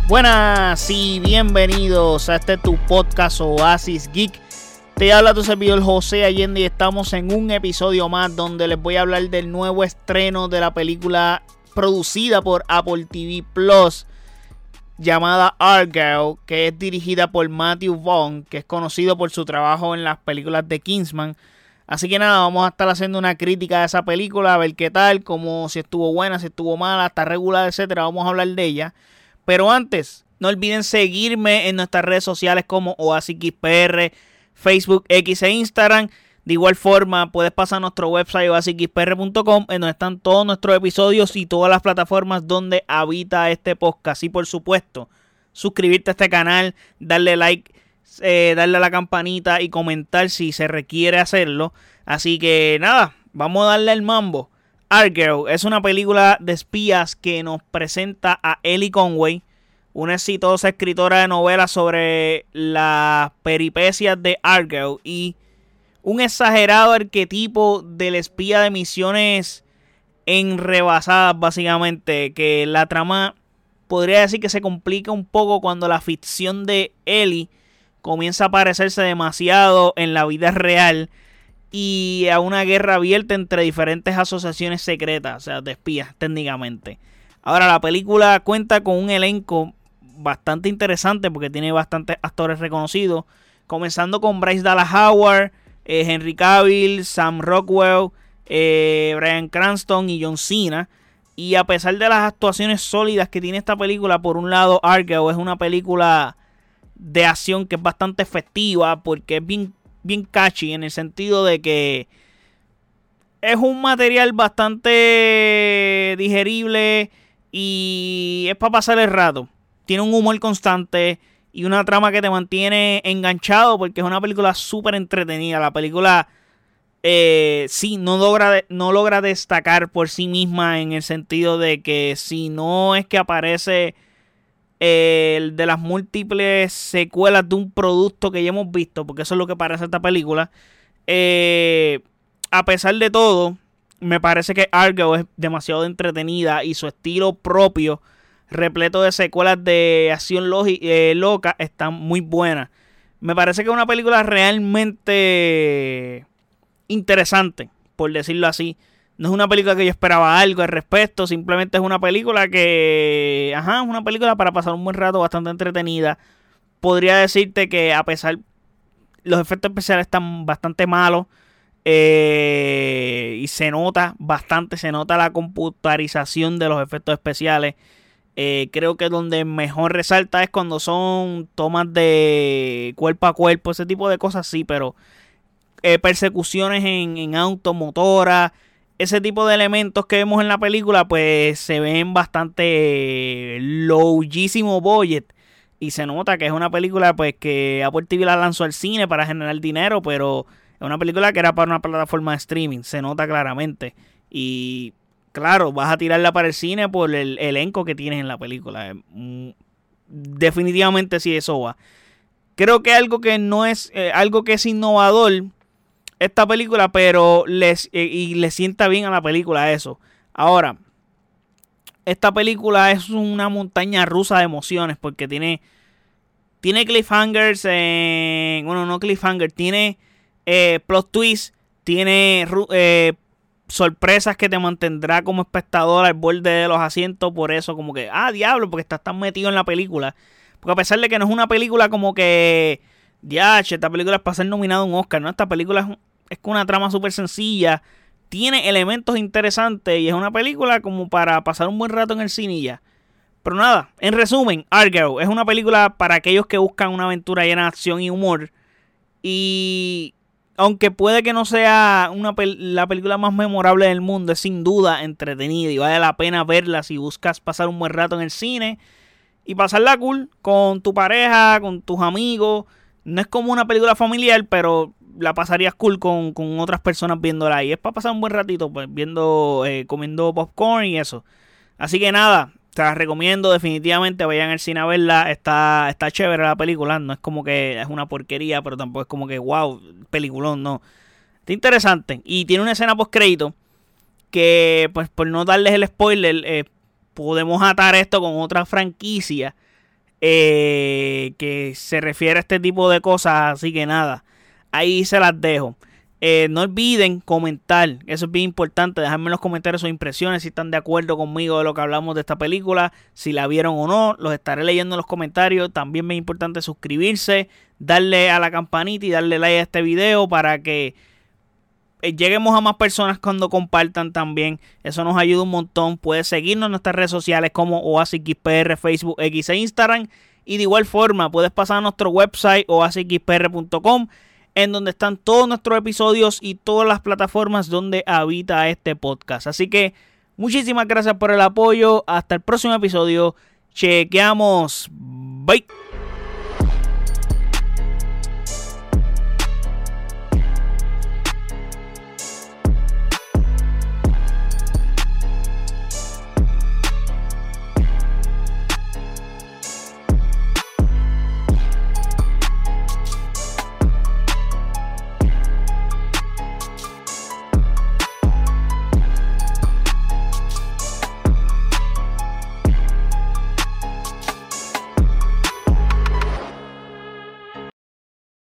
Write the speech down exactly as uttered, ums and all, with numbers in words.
Buenas y bienvenidos a este tu podcast Oasis Geek. Te habla tu servidor José Allende y estamos en un episodio más donde les voy a hablar del nuevo estreno de la película producida por Apple T V Plus llamada Argylle, que es dirigida por Matthew Vaughn, que es conocido por su trabajo en las películas de Kingsman. Así que nada, vamos a estar haciendo una crítica de esa película, a ver qué tal, como si estuvo buena, si estuvo mala, está regular, etcétera. Vamos a hablar de ella. Pero antes, no olviden seguirme en nuestras redes sociales como Oasis Geek P R, Facebook, X e Instagram. De igual forma, puedes pasar a nuestro website oasis geek p r punto com, en donde están todos nuestros episodios y todas las plataformas donde habita este podcast. Y por supuesto, suscribirte a este canal, darle like, eh, darle a la campanita y comentar si se requiere hacerlo. Así que nada, vamos a darle el mambo. Argylle es una película de espías que nos presenta a Ellie Conway, una exitosa escritora de novelas sobre las peripecias de Argylle y un exagerado arquetipo del espía de misiones enrebasadas, básicamente, que la trama podría decir que se complica un poco cuando la ficción de Ellie comienza a parecerse demasiado en la vida real y a una guerra abierta entre diferentes asociaciones secretas, o sea, de espías técnicamente. Ahora, la película cuenta con un elenco bastante interesante porque tiene bastantes actores reconocidos, comenzando con Bryce Dallas Howard, eh, Henry Cavill, Sam Rockwell, eh, Bryan Cranston y John Cena. Y a pesar de las actuaciones sólidas que tiene esta película, por un lado, Argylle es una película de acción que es bastante efectiva porque es bien bien catchy en el sentido de que es un material bastante digerible y es para pasar el rato. Tiene un humor constante y una trama que te mantiene enganchado porque es una película súper entretenida. La película eh, sí no logra, no logra destacar por sí misma en el sentido de que si no es que aparece Eh, de las múltiples secuelas de un producto que ya hemos visto, porque eso es lo que parece esta película, eh, a pesar de todo me parece que Argylle es demasiado entretenida y su estilo propio repleto de secuelas de acción logi- eh, loca está muy buena. Me parece que es una película realmente interesante, por decirlo así. No es una película que yo esperaba algo al respecto. Simplemente es una película que... Ajá, es una película para pasar un buen rato, bastante entretenida. Podría decirte que a pesar... Los efectos especiales están bastante malos. Eh, y se nota bastante. Se nota la computarización de los efectos especiales. Eh, creo que donde mejor resalta es cuando son tomas de cuerpo a cuerpo. Ese tipo de cosas sí, pero... Eh, persecuciones en, en automotora... Ese tipo de elementos que vemos en la película pues se ven bastante lowísimo budget y se nota que es una película pues que Apple T V la lanzó al cine para generar dinero, pero es una película que era para una plataforma de streaming, se nota claramente. Y claro, vas a tirarla para el cine por el elenco que tienes en la película. Definitivamente sí, eso va. Creo que algo que no es eh, algo que es innovador esta película, pero les eh, y le sienta bien a la película eso. Ahora, esta película es una montaña rusa de emociones porque tiene tiene cliffhangers, eh, bueno, no cliffhanger, tiene eh, plot twist, tiene eh, sorpresas que te mantendrá como espectador al borde de los asientos, por eso como que, ah, diablo, porque estás tan metido en la película. Porque a pesar de que no es una película como que ya, esta película es para ser nominada a un Oscar, ¿no? Esta película es, es con una trama súper sencilla, tiene elementos interesantes y es una película como para pasar un buen rato en el cine y ya. Pero nada, en resumen, Argylle es una película para aquellos que buscan una aventura llena de acción y humor. Y aunque puede que no sea una pel- la película más memorable del mundo, es sin duda entretenida y vale la pena verla si buscas pasar un buen rato en el cine y pasarla cool con tu pareja, con tus amigos. No es como una película familiar, pero la pasarías cool con, con otras personas viéndola. Y es para pasar un buen ratito, pues, viendo, eh, comiendo popcorn y eso. Así que nada, te la recomiendo definitivamente. Vayan al cine a verla. Está, está chévere la película. No es como que es una porquería, pero tampoco es como que, wow, peliculón, no. Está interesante. Y tiene una escena post crédito que, pues, por no darles el spoiler, eh, podemos atar esto con otra franquicia. eh, que se refiere a este tipo de cosas. Así que nada, ahí se las dejo. Eh, no olviden comentar, eso es bien importante, dejarme en los comentarios sus impresiones, si están de acuerdo conmigo de lo que hablamos de esta película, si la vieron o no, los estaré leyendo en los comentarios. También es importante suscribirse, darle a la campanita y darle like a este video para que lleguemos a más personas cuando compartan también. Eso nos ayuda un montón. Puedes seguirnos en nuestras redes sociales como Oasis Geek P R, Facebook, X e Instagram. Y de igual forma puedes pasar a nuestro website oasis geek p r punto com, en donde están todos nuestros episodios y todas las plataformas donde habita este podcast. Así que muchísimas gracias por el apoyo. Hasta el próximo episodio. Chequeamos. Bye.